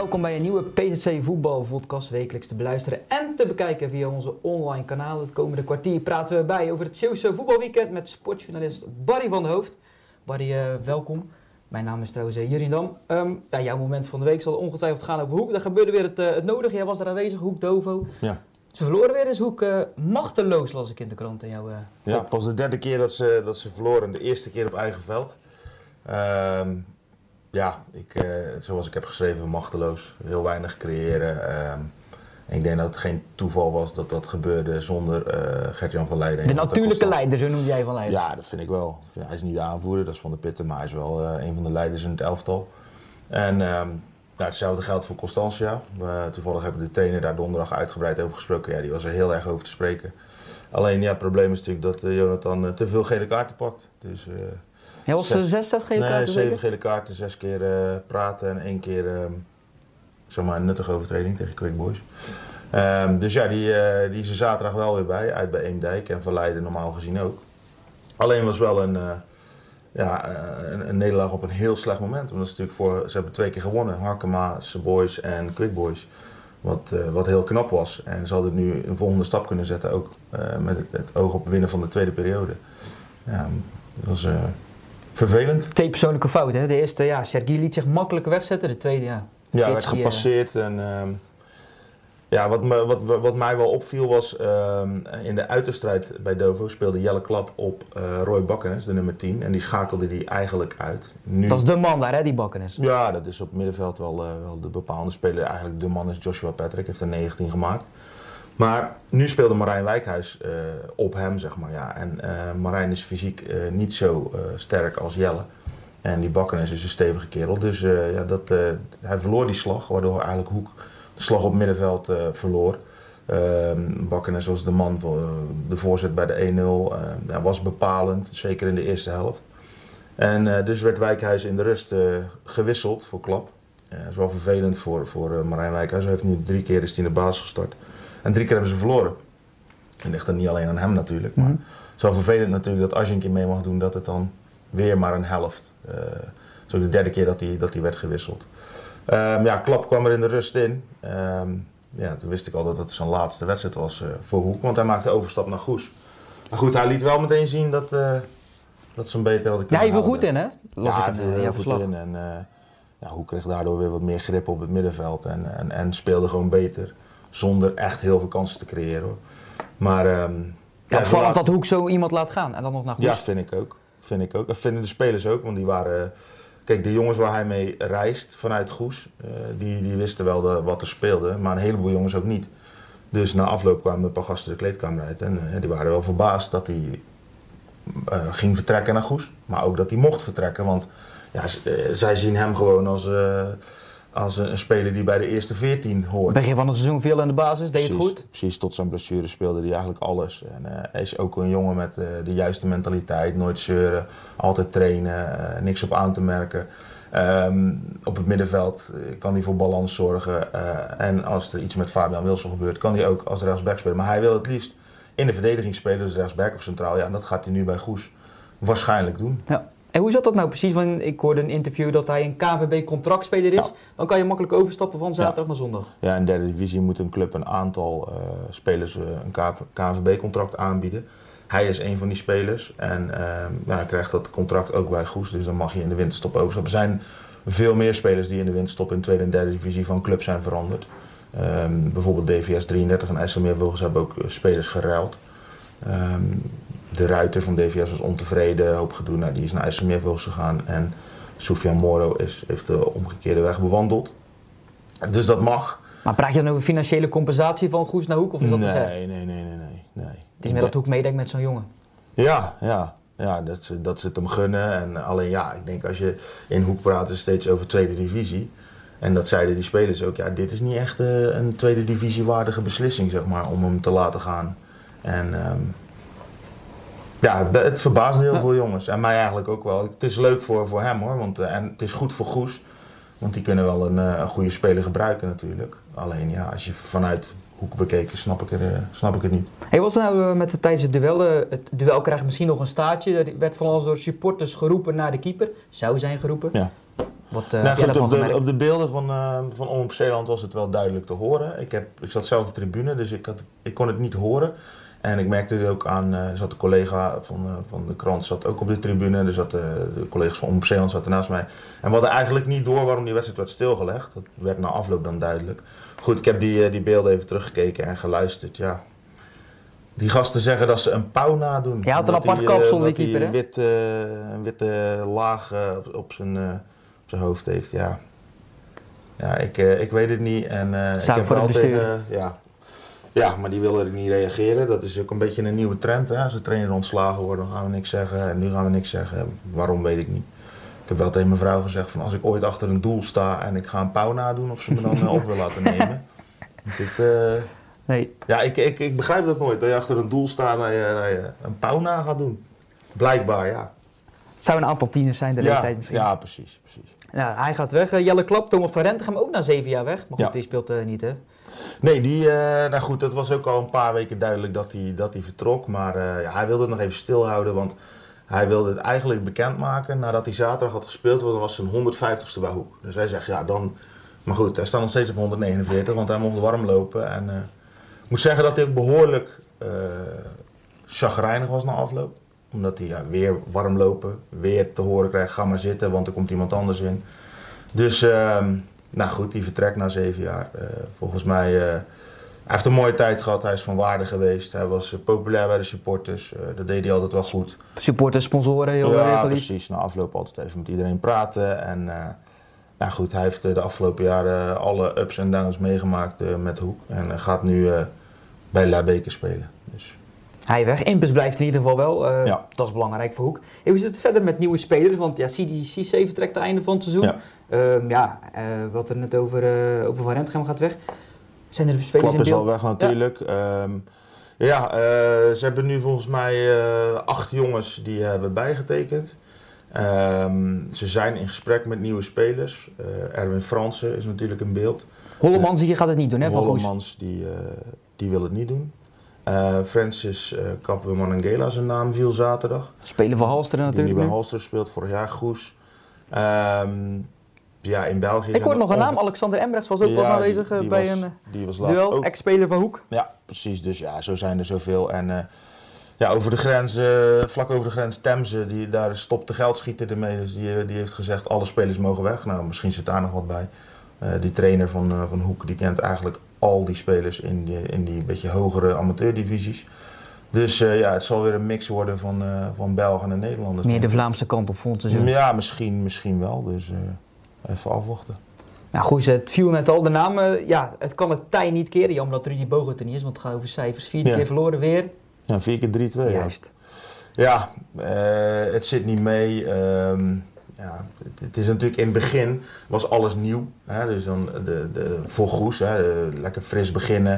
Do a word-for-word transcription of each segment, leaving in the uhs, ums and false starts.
Welkom bij een nieuwe P Z C Voetbal podcast, wekelijks te beluisteren en te bekijken via onze online kanalen. Het komende kwartier praten we bij over het Zeeuwse voetbalweekend met sportjournalist Barry van der Hoofd. Barry, uh, welkom. Mijn naam is trouwens uh, Jurien Dam. Um, ja, jouw moment van de week zal ongetwijfeld gaan over Hoek. Daar gebeurde weer het, uh, het nodige. Jij was daar aanwezig, Hoek Dovo. Ja. Ze verloren weer eens, Hoek. Uh, machteloos las ik in de krant. In jouw, uh, ja, pas de derde keer dat ze, dat ze verloren. De eerste keer op eigen veld. Um, ja, ik, uh, zoals ik heb geschreven, machteloos. Heel weinig creëren. Um, en ik denk dat het geen toeval was dat dat gebeurde zonder uh, Gert-Jan van Leiden. De natuurlijke leider, zo noemde jij Van Leiden. Ja, dat vind ik wel. Hij is niet de aanvoerder, dat is Van der Pitten, maar hij is wel uh, een van de leiders in het elftal. En um, nou, hetzelfde geldt voor Constantia. Uh, toevallig hebben we de trainer daar donderdag uitgebreid over gesproken. Ja, die was er heel erg over te spreken. Alleen ja, het probleem is natuurlijk dat uh, Jonathan uh, te veel gele kaarten pakt. Dus, uh, Jij was zes, zes, zes gele nee, kaarten? zeven gele kaarten, zes keer uh, praten en één keer uh, zeg maar een nuttige overtreding tegen Quick Boys. Um, dus ja, die, uh, die is er zaterdag wel weer bij, uit bij Eemdijk en Van Leiden normaal gezien ook. Alleen was wel een, uh, ja, een, een nederlaag op een heel slecht moment. Omdat ze natuurlijk voor, ze hebben twee keer gewonnen, Harkema, Boys en Quick Boys. Wat, uh, wat heel knap was. En ze hadden nu een volgende stap kunnen zetten, ook uh, met het, het oog op winnen van de tweede periode. Ja, dat was uh, vervelend. Twee persoonlijke fouten. Hè? De eerste, ja, Sergi liet zich makkelijk wegzetten. De tweede, ja. Ja, werd gepasseerd. Uh... En, uh, ja, wat, me, wat, wat mij wel opviel was, uh, in de uiterstrijd bij Dovo speelde Jelle Klap op uh, Roy Bakkenes, de nummer tien. En die schakelde die eigenlijk uit. Nu... Dat is de man daar, hè, die Bakkenes. Ja, dat is op het middenveld wel, uh, wel de bepaalde speler. Eigenlijk de man is Joshua Patrick, heeft er negentien gemaakt. Maar nu speelde Marijn Wijkhuis uh, op hem, zeg maar. Ja. En uh, Marijn is fysiek uh, niet zo uh, sterk als Jelle. En die Bakkenes is een stevige kerel. Dus uh, ja, dat, uh, hij verloor die slag, waardoor eigenlijk Hoek de slag op het middenveld uh, verloor. Uh, Bakkenes was de man voor uh, de voorzet bij de één nul. Uh, dat was bepalend, zeker in de eerste helft. En uh, dus werd Wijkhuis in de rust uh, gewisseld voor Klap. Uh, dat is wel vervelend voor, voor uh, Marijn Wijkhuis. Hij heeft nu drie keer is hij in de basis gestart. En drie keer hebben ze verloren. Dat ligt dan niet alleen aan hem natuurlijk. Maar mm-hmm. Het is wel vervelend natuurlijk dat als je een keer mee mag doen, dat het dan weer maar een helft. Uh, het is ook de derde keer dat hij, dat hij werd gewisseld. Um, ja, Klap kwam er in de rust in. Um, ja, toen wist ik al dat het zijn laatste wedstrijd was uh, voor Hoek, want hij maakte de overstap naar Goes. Maar goed, hij liet wel meteen zien dat, uh, dat ze hem beter hadden kunnen Ja, hij viel goed in, hè? Las ja, hij viel heel goed in. En, uh, ja, Hoek kreeg daardoor weer wat meer grip op het middenveld en, en, en speelde gewoon beter. Zonder echt heel veel kansen te creëren, hoor. Maar um, ja, ja, vooral dat Hoek zo iemand laat gaan en dan nog naar Goes. Ja, vind ik ook. Vind ik ook. Dat vinden de spelers ook, want die waren... Kijk, de jongens waar hij mee reist vanuit Goes, uh, die, die wisten wel de, wat er speelde, maar een heleboel jongens ook niet. Dus na afloop kwamen een paar gasten de kleedkamer uit en uh, die waren wel verbaasd dat hij uh, ging vertrekken naar Goes. Maar ook dat hij mocht vertrekken, want ja, z- uh, zij zien hem gewoon als, uh, als een, een speler die bij de eerste veertien hoort. Begin van het seizoen veel in de basis, deed precies, het goed? Precies, tot zijn blessure speelde hij eigenlijk alles. En, uh, hij is ook een jongen met uh, de juiste mentaliteit, nooit zeuren, altijd trainen, uh, niks op aan te merken. Um, op het middenveld uh, kan hij voor balans zorgen uh, en als er iets met Fabian Wilson gebeurt, kan hij ook als rechtsback spelen. Maar hij wil het liefst in de verdediging spelen, dus rechtsback of centraal. Ja, en dat gaat hij nu bij Goes waarschijnlijk doen. Ja. En hoe zat dat nou precies? Want ik hoorde een interview dat hij een K V B contractspeler is. Ja. Dan kan je makkelijk overstappen van zaterdag ja. naar zondag. Ja, in de derde divisie moet een club een aantal uh, spelers uh, een K V B contract aanbieden. Hij is een van die spelers en uh, ja, hij krijgt dat contract ook bij Goes, dus dan mag je in de winterstop overstappen. Er zijn veel meer spelers die in de winterstop in de tweede en derde divisie van club zijn veranderd. Um, bijvoorbeeld D V S drieëndertig en IJsselmeervogels hebben ook uh, spelers geruild. Um, de Ruiter van D V S was ontevreden, hoop gedoe, nou, die is naar IJsselmeervogels gegaan en Soufiane Moro is, heeft de omgekeerde weg bewandeld. Dus dat mag. Maar praat je dan over financiële compensatie van Goes naar Hoek of is dat nee, te ver? Nee, nee, nee, nee, nee. Het is meer dat Hoek meedenkt met zo'n jongen. Ja, ja, ja dat, ze, dat ze het hem gunnen. En alleen ja, ik denk als je in Hoek praat is steeds over tweede divisie. En dat zeiden die spelers ook, ja, dit is niet echt uh, een tweede divisie waardige beslissing, zeg maar, om hem te laten gaan. En um, ja, het verbaasde heel ja. veel jongens. En mij eigenlijk ook wel. Het is leuk voor, voor hem hoor, want, uh, en het is goed voor Goes. Want die kunnen wel een, uh, een goede speler gebruiken natuurlijk. Alleen ja, als je vanuit Hoek bekeken, snap ik, er, uh, snap ik het niet. Hey, wat is nou uh, met de, tijdens het duel? Uh, het duel krijgt misschien nog een staartje. Er werd van ons door supporters geroepen naar de keeper. Zou zijn geroepen. Ja. Wat uh, nou, goed, op, de, op de beelden van, uh, van Omroep Zeeland was het wel duidelijk te horen. Ik, heb, ik zat zelf op de tribune, dus ik, had, ik kon het niet horen. En ik merkte het ook aan, uh, er zat een collega van, uh, van de krant zat ook op de tribune. Er zat, uh, de collega's van Omroep Zeeland zaten naast mij. En we hadden eigenlijk niet door waarom die wedstrijd werd stilgelegd. Dat werd na afloop dan duidelijk. Goed, ik heb die, uh, die beelden even teruggekeken en geluisterd. Ja. Die gasten zeggen dat ze een pauw nadoen. Ja, had een apart kapsel die keeper, hè? Een wit, uh, een witte laag uh, op, op, zijn, uh, op zijn hoofd heeft, ja. Ja, ik, uh, ik weet het niet. En, uh, Zaak ik heb voor het bestuur. Tegen, ja, ja, maar die wilde niet reageren. Dat is ook een beetje een nieuwe trend. Hè? Als de trainer ontslagen wordt, dan gaan we niks zeggen. En nu gaan we niks zeggen. Waarom, weet ik niet. Ik heb wel tegen mijn vrouw gezegd van als ik ooit achter een doel sta en ik ga een pauw nadoen, of ze me dan op wil laten nemen. Dit, uh, nee. Ja, ik, ik, ik begrijp dat nooit. Dat je achter een doel staat en je, dat je een pauw na gaat doen. Blijkbaar, ja. Het zou een aantal tieners zijn, de ja, leeftijd misschien. Ja, precies. precies. Ja, hij gaat weg. Uh, Jelle Klap, Thomas van Rentegem ook na zeven jaar weg. Maar goed, ja. die speelt uh, niet, hè? Nee, die, uh, nou goed, dat was ook al een paar weken duidelijk dat hij, dat hij vertrok. Maar uh, ja, hij wilde het nog even stilhouden, want hij wilde het eigenlijk bekendmaken nadat hij zaterdag had gespeeld. Want dan was zijn honderdvijftigste bij Hoek. Dus hij zegt, ja dan... Maar goed, hij staat nog steeds op honderdnegenenveertig, want hij mocht warm lopen. En uh, ik moet zeggen dat hij ook behoorlijk uh, chagrijnig was na afloop. Omdat hij ja, weer warm lopen, weer te horen krijgt, ga maar zitten, want er komt iemand anders in. Dus... Uh, Nou goed, die vertrekt na zeven jaar. Uh, volgens mij, uh, hij heeft een mooie tijd gehad, hij is van waarde geweest. Hij was uh, populair bij de supporters, uh, dat deed hij altijd wel goed. Supporters, sponsoren, heel ja, regelief. precies. Na afloop altijd even met iedereen praten. En uh, nou goed, hij heeft uh, de afgelopen jaren alle ups en downs meegemaakt uh, met Hoek. En uh, gaat nu uh, bij La Beker spelen. Dus. Hij weg. Impus blijft in ieder geval wel. Uh, ja. Dat is belangrijk voor Hoek. En hoe zit het verder met nieuwe spelers? Want ja, C D C vertrekt aan het einde van het seizoen. Ja, um, ja uh, wat er net over, uh, over Van Rentegem gaat weg. Zijn er spelers Klap in beeld? is al weg natuurlijk. Ja, um, ja uh, ze hebben nu volgens mij uh, acht jongens die hebben bijgetekend. Um, ze zijn in gesprek met nieuwe spelers. Uh, Erwin Fransen is natuurlijk in beeld. Hollemans uh, gaat het niet doen, hè? Hollemans die, uh, die wil het niet doen. Uh, Francis uh, Kapwe-Manangela, zijn naam viel zaterdag. Spelen voor Halsteren natuurlijk. Die nu bij Halsteren speelt, vorig jaar Goes. Um, ja, in België... Ik hoorde nog een naam, Alexander Embrechts was ook ja, wel aanwezig die, die bij was, een die was duel, ex-speler van Hoek. Ja, precies. Dus ja, zo zijn er zoveel. En uh, ja, over de grens, uh, vlak over de grens Temse, die, daar stopt de geldschieter ermee. Dus die, die heeft gezegd, alle spelers mogen weg. Nou, misschien zit daar nog wat bij. Uh, die trainer van, uh, van Hoek, die kent eigenlijk al die spelers in die, in die beetje hogere amateurdivisies. Dus uh, ja, het zal weer een mix worden van, uh, van Belgen en Nederlanders. Meer de Vlaamse kant op volgend seizoen. Ja, misschien, misschien wel. Dus uh, even afwachten. Nou goed, het viel net al de namen. Ja, het kan het tij niet keren. Jammer dat Rudy Bogert er niet is, want het gaat over cijfers. Vierde ja. keer verloren weer. Ja, vier keer drie twee. Juist. Ja, ja uh, het zit niet mee. Um, Ja, het, het is natuurlijk in het begin was alles nieuw. Hè? Dus dan de, de, voor Goes, hè? De, lekker fris beginnen.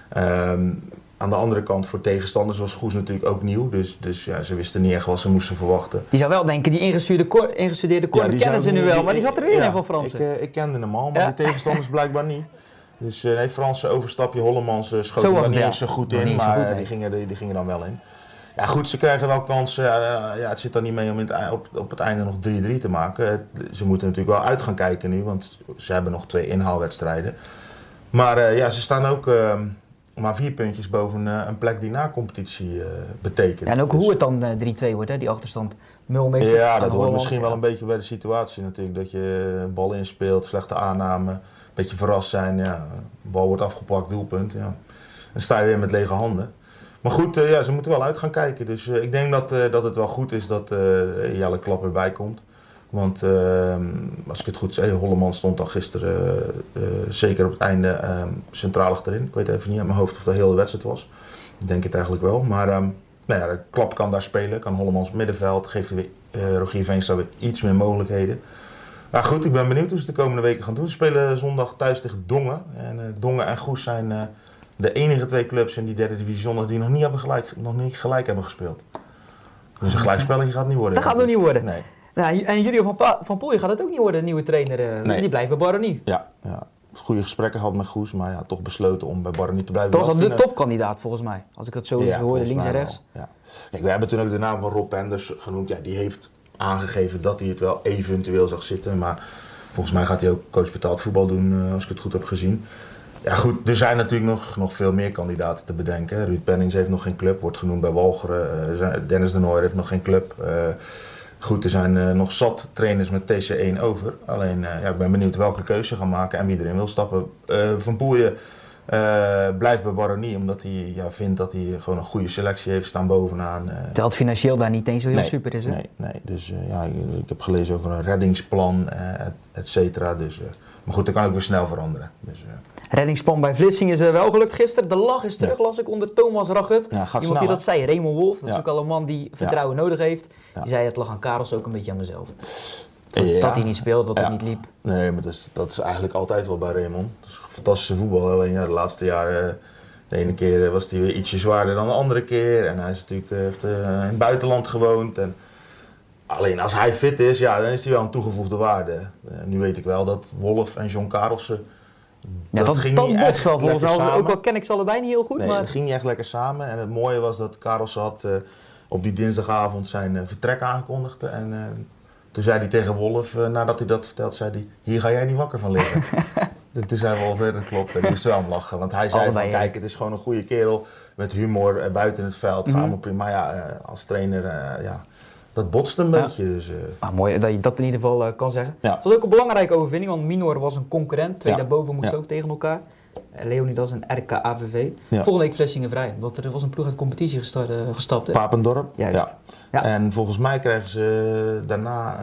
Um, aan de andere kant voor tegenstanders was Goes natuurlijk ook nieuw. Dus, dus ja, ze wisten niet echt wat ze moesten verwachten. Je zou wel denken, die ingestudeerde kor, ingestudeerde kor, ja, kennen ze nu wel, die, maar die zat er weer ja, in van Fransen. Ik, uh, ik kende hem al, maar ja. die tegenstanders blijkbaar niet. Dus uh, nee, Fransen overstapje, Hollemans uh, schoten er niet eens zo goed in, maar goed, die, gingen, die, die gingen dan wel in. Ja goed, ze krijgen wel kansen. Uh, ja, het zit er niet mee om in het, op, op het einde nog drie drie te maken. Het, ze moeten natuurlijk wel uit gaan kijken nu, want ze hebben nog twee inhaalwedstrijden. Maar uh, ja, ze staan ook uh, maar vier puntjes boven uh, een plek die na competitie uh, betekent. Ja, en ook dus, hoe het dan uh, drie twee wordt, hè? Die achterstand. Mulmeester. Ja, dat hoort misschien wel een beetje bij de situatie natuurlijk. Dat je een bal inspeelt, slechte aanname, een beetje verrast zijn. Ja, de bal wordt afgepakt, doelpunt. Ja. Dan sta je weer met lege handen. Maar goed, uh, ja, ze moeten wel uit gaan kijken. Dus uh, ik denk dat, uh, dat het wel goed is dat uh, Jelle Klap erbij komt. Want uh, als ik het goed zeg, Hollemans stond al gisteren uh, uh, zeker op het einde uh, centraal achterin. Ik weet even niet uit mijn hoofd of dat heel de wedstrijd was. Ik denk het eigenlijk wel. Maar um, nou ja, de Klap kan daar spelen, kan Hollemans middenveld. Geeft weer, uh, Rogier Veenstra weer iets meer mogelijkheden. Nou goed, ik ben benieuwd hoe ze de komende weken gaan doen. Ze spelen zondag thuis tegen Dongen. En uh, Dongen en Goes zijn... Uh, de enige twee clubs in die derde divisie die nog niet, hebben gelijk, nog niet gelijk hebben gespeeld. Dus een gelijkspelletje gaat het niet worden. Dat gaat nog niet worden. Nee. Nou, en Julio van, pa van Poelje gaat het ook niet worden, de nieuwe trainer. Uh, nee. Die blijft bij Baronie. Ja, ja, goede gesprekken gehad met Goes, maar ja, toch besloten om bij Baronie te blijven. Dat was al de topkandidaat volgens mij, als ik dat zo ja, hoorde, links en rechts. Ja. Kijk, we hebben toen ook de naam van Rob Penders genoemd. Ja, die heeft aangegeven dat hij het wel eventueel zag zitten, maar volgens mij gaat hij ook coach betaald voetbal doen, uh, als ik het goed heb gezien. Ja goed, er zijn natuurlijk nog, nog veel meer kandidaten te bedenken. Ruud Pennings heeft nog geen club, wordt genoemd bij Walcheren. Uh, Dennis de Nooijer heeft nog geen club. Uh, goed, er zijn uh, nog zat trainers met T C één over. Alleen, uh, ja, ik ben benieuwd welke keuze ze gaan maken en wie erin wil stappen. Uh, Van Poelje uh, blijft bij Baronie, omdat hij ja, vindt dat hij gewoon een goede selectie heeft staan bovenaan. Uh, Terwijl het financieel daar niet eens zo heel nee, super is, hè? Nee, nee. Dus uh, ja, ik, ik heb gelezen over een reddingsplan, uh, et, et cetera. Dus, uh, maar goed, dat kan ook weer snel veranderen. Dus, uh, Reddingsplan bij Vlissingen is uh, wel gelukt gisteren. De lach is terug, ja. las ik, onder Thomas Ragut. Ja, Iemand snel, die dat zei, Raymond Wolf. Dat ja. is ook al een man die vertrouwen ja. nodig heeft. Ja. Die zei, het lag aan Karels ook een beetje aan mezelf. Dat, ja. dat hij niet speelde, dat ja. het niet liep. Nee, maar dat is, dat is eigenlijk altijd wel bij Raymond. Dat is een fantastische voetbal. Alleen ja, de laatste jaren, de ene keer was hij weer ietsje zwaarder dan de andere keer. En hij is natuurlijk, heeft uh, in het buitenland gewoond. En alleen als hij fit is, ja, dan is hij wel een toegevoegde waarde. Uh, nu weet ik wel dat Wolf en John Karelsen, ja, dat, dat ging dat niet echt wel volgens mij. Ook al ken ik ze allebei niet heel goed. Nee, maar dat ging niet echt lekker samen. En het mooie was dat Karelsen had uh, op die dinsdagavond zijn uh, vertrek aangekondigd. En uh, toen zei hij tegen Wolf, uh, nadat hij dat vertelde, zei hij, hier ga jij niet wakker van liggen. Toen zei Wolf, dat klopt. En die moest wel om lachen. Want hij zei allebei, van, kijk, het is gewoon een goede kerel met humor uh, buiten het veld. Mm-hmm. Gaan we prima. Maar ja, uh, als trainer, uh, ja, dat botst een ja. beetje. Dus, uh... ah, mooi dat je dat in ieder geval uh, kan zeggen. Ja. Het was ook een belangrijke overwinning, want Minor was een concurrent. Twee ja. daarboven moesten ja. ook tegen elkaar. Leonidas en R K A V V. Ja. Volgende week Vlissingen vrij, want er was een ploeg uit competitie gestart, uh, gestapt. Hè? Papendorp. Juist. Ja. Ja. En volgens mij krijgen ze daarna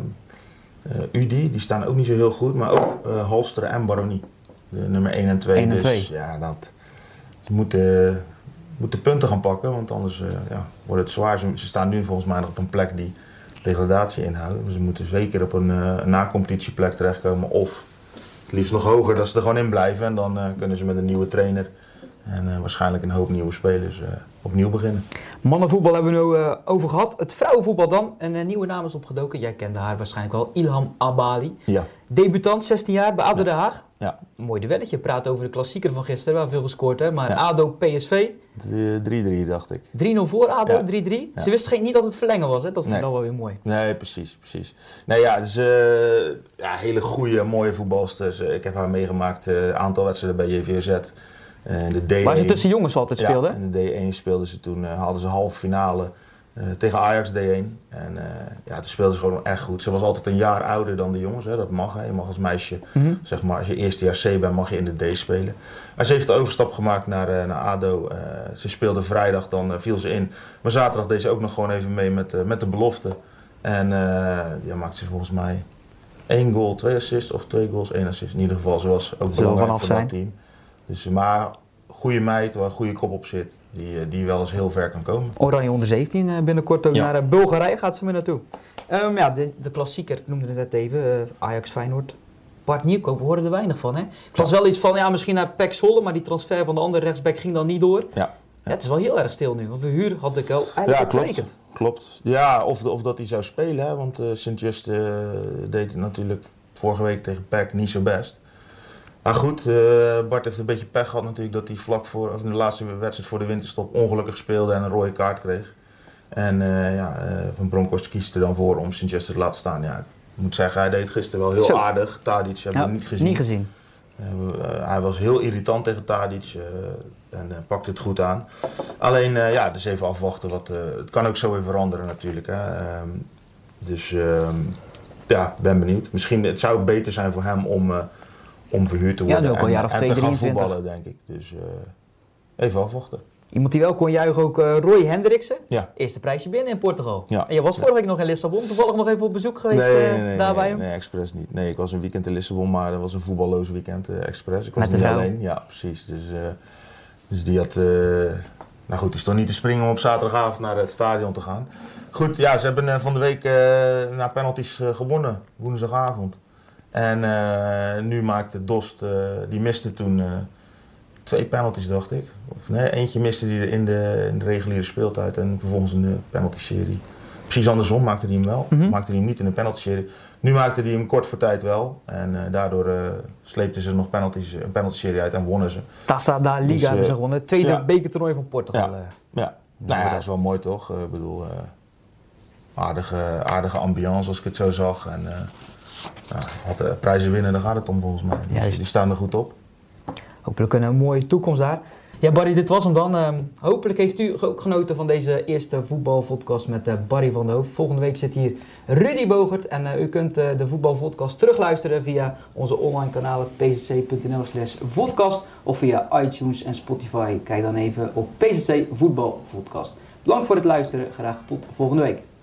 uh, uh, U D I, die staan ook niet zo heel goed, maar ook uh, Halsteren en Baronie. De nummer één en twee. één en dus twee. Ja, dat, ze moeten, moeten punten gaan pakken, want anders uh, ja, wordt het zwaar. Ze, ze staan nu volgens mij nog op een plek die degradatie inhoudt. Ze moeten zeker op een, uh, een na-competitieplek terechtkomen of het liefst nog hoger, dat ze er gewoon in blijven. En dan uh, kunnen ze met een nieuwe trainer en uh, waarschijnlijk een hoop nieuwe spelers uh, opnieuw beginnen. Mannenvoetbal hebben we nu uh, over gehad. Het vrouwenvoetbal dan. Een uh, nieuwe naam is opgedoken. Jij kende haar waarschijnlijk wel. Ilham Abali. Ja. Debutant, zestien jaar bij A D O ja. Den Haag. Ja. Mooi duelletje. Praat over de klassieker van gisteren, waar veel gescoord hè. Maar ja. A D O P S V. drie drie dacht ik. drie nul voor A D O, ja. drie drie. Ja. Ze wisten geen, niet dat het verlengen was hè. Dat vind ik nee. dan wel weer mooi. Nee, precies, precies. Nee ja, dus uh, ja, hele goede, mooie voetbalsters. Ik heb haar meegemaakt, een uh, aantal wedstrijden bij J V Z. Uh, de D één, waar ze tussen jongens altijd ja, speelden? in de D één speelden ze toen, uh, haalden ze halve finale uh, tegen Ajax D één. En uh, ja, toen speelden ze gewoon echt goed. Ze was altijd een jaar ouder dan de jongens, hè. Dat mag. Hè. Je mag als meisje, mm-hmm. zeg maar, als je eerste jaar C bent, mag je in de D spelen. Maar ze heeft de overstap gemaakt naar, uh, naar A D O. Uh, ze speelde vrijdag, dan uh, viel ze in. Maar zaterdag deed ze ook nog gewoon even mee met, uh, met de belofte. En uh, ja, maakte ze volgens mij één goal, twee assists of twee goals, één assist. In ieder geval, ze was ook belangrijk voor zijn. dat team. Dus, maar goede meid, waar een goede kop op zit, die, die wel eens heel ver kan komen. Oranje onder zeventien, binnenkort ook ja. naar Bulgarije gaat ze mee naartoe. Um, ja, de, de klassieker, ik noemde het net even, uh, Ajax Feyenoord. Bart Nieuwkoop, we hoorden er weinig van hè. Ik las ja. wel iets van, ja misschien naar P E C Zwolle, maar die transfer van de andere rechtsback ging dan niet door. Ja. Ja, het is wel heel erg stil nu, want Verhuur had ik al eigenlijk ja, klopt. gerekend. Klopt. Ja, of, of dat hij zou spelen, hè, want uh, Sint-Just uh, deed het natuurlijk vorige week tegen P E C niet zo best. Maar goed, uh, Bart heeft een beetje pech gehad natuurlijk dat hij vlak voor, of in de laatste wedstrijd voor de winterstop ongelukkig speelde en een rode kaart kreeg. En uh, ja, uh, Van Bronckhorst kiest er dan voor om Sint-Just te laten staan. Ja, ik moet zeggen, hij deed gisteren wel heel Zo. aardig. Tadic hebben ja, we niet gezien. Niet gezien. Uh, uh, hij was heel irritant tegen Tadic uh, en uh, pakte het goed aan. Alleen, uh, ja, dus even afwachten. Wat, uh, het kan ook zo weer veranderen natuurlijk. Hè. Uh, dus uh, ja, ben benieuwd. Misschien het zou beter zijn voor hem om... Uh, om verhuurd te worden ja, ook al en, jaar of en twee, te gaan drieëntwintig. voetballen, denk ik. Dus uh, even afwachten. Iemand die wel kon juichen, ook uh, Roy Hendriksen. Ja. Eerste prijsje binnen in Portugal. Ja. En je was vorige week nog in Lissabon, toevallig nog even op bezoek geweest nee, nee, nee, uh, nee, daar bij nee, hem? Nee, expres niet. Nee, ik was een weekend in Lissabon, maar dat was een voetballoos weekend uh, expres. Ik was Met de niet vrouw. alleen. Ja, precies. Dus, uh, dus die had... Uh, nou goed, die stond niet te springen om op zaterdagavond naar het stadion te gaan. Goed, ja, ze hebben uh, van de week uh, na penalties uh, gewonnen, woensdagavond. En uh, nu maakte Dost, uh, die miste toen uh, twee penalties, dacht ik. Of nee, eentje miste die in de, in de reguliere speeltijd en vervolgens in de penalty-serie. Precies andersom maakte hij hem wel, mm-hmm. maakte hij hem niet in de penalty-serie. Nu maakte hij hem kort voor tijd wel en uh, daardoor uh, sleepten ze nog penalties, een penalty-serie uit en wonnen ze. Taça da Liga dus, uh, hebben ze gewonnen, het tweede ja. bekertoernooi van Portugal. Ja, ja. nou ja, dat is wel mooi toch? Ik uh, bedoel, uh, aardige, aardige ambiance als ik het zo zag. En, uh, nou, wat uh, prijzen winnen, daar gaat het om volgens mij. Dus die staan er goed op. Hopelijk een mooie toekomst daar. Ja, Barry, dit was hem dan. Uh, hopelijk heeft u ook genoten van deze eerste voetbalpodcast met uh, Barry van der Hoofd. Volgende week zit hier Rudy Bogert en uh, u kunt uh, de voetbalpodcast terugluisteren via onze online kanalen p z c punt n l slash vodcast of via iTunes en Spotify. Kijk dan even op P Z C Voetbalpodcast. Bedankt voor het luisteren. Graag tot volgende week.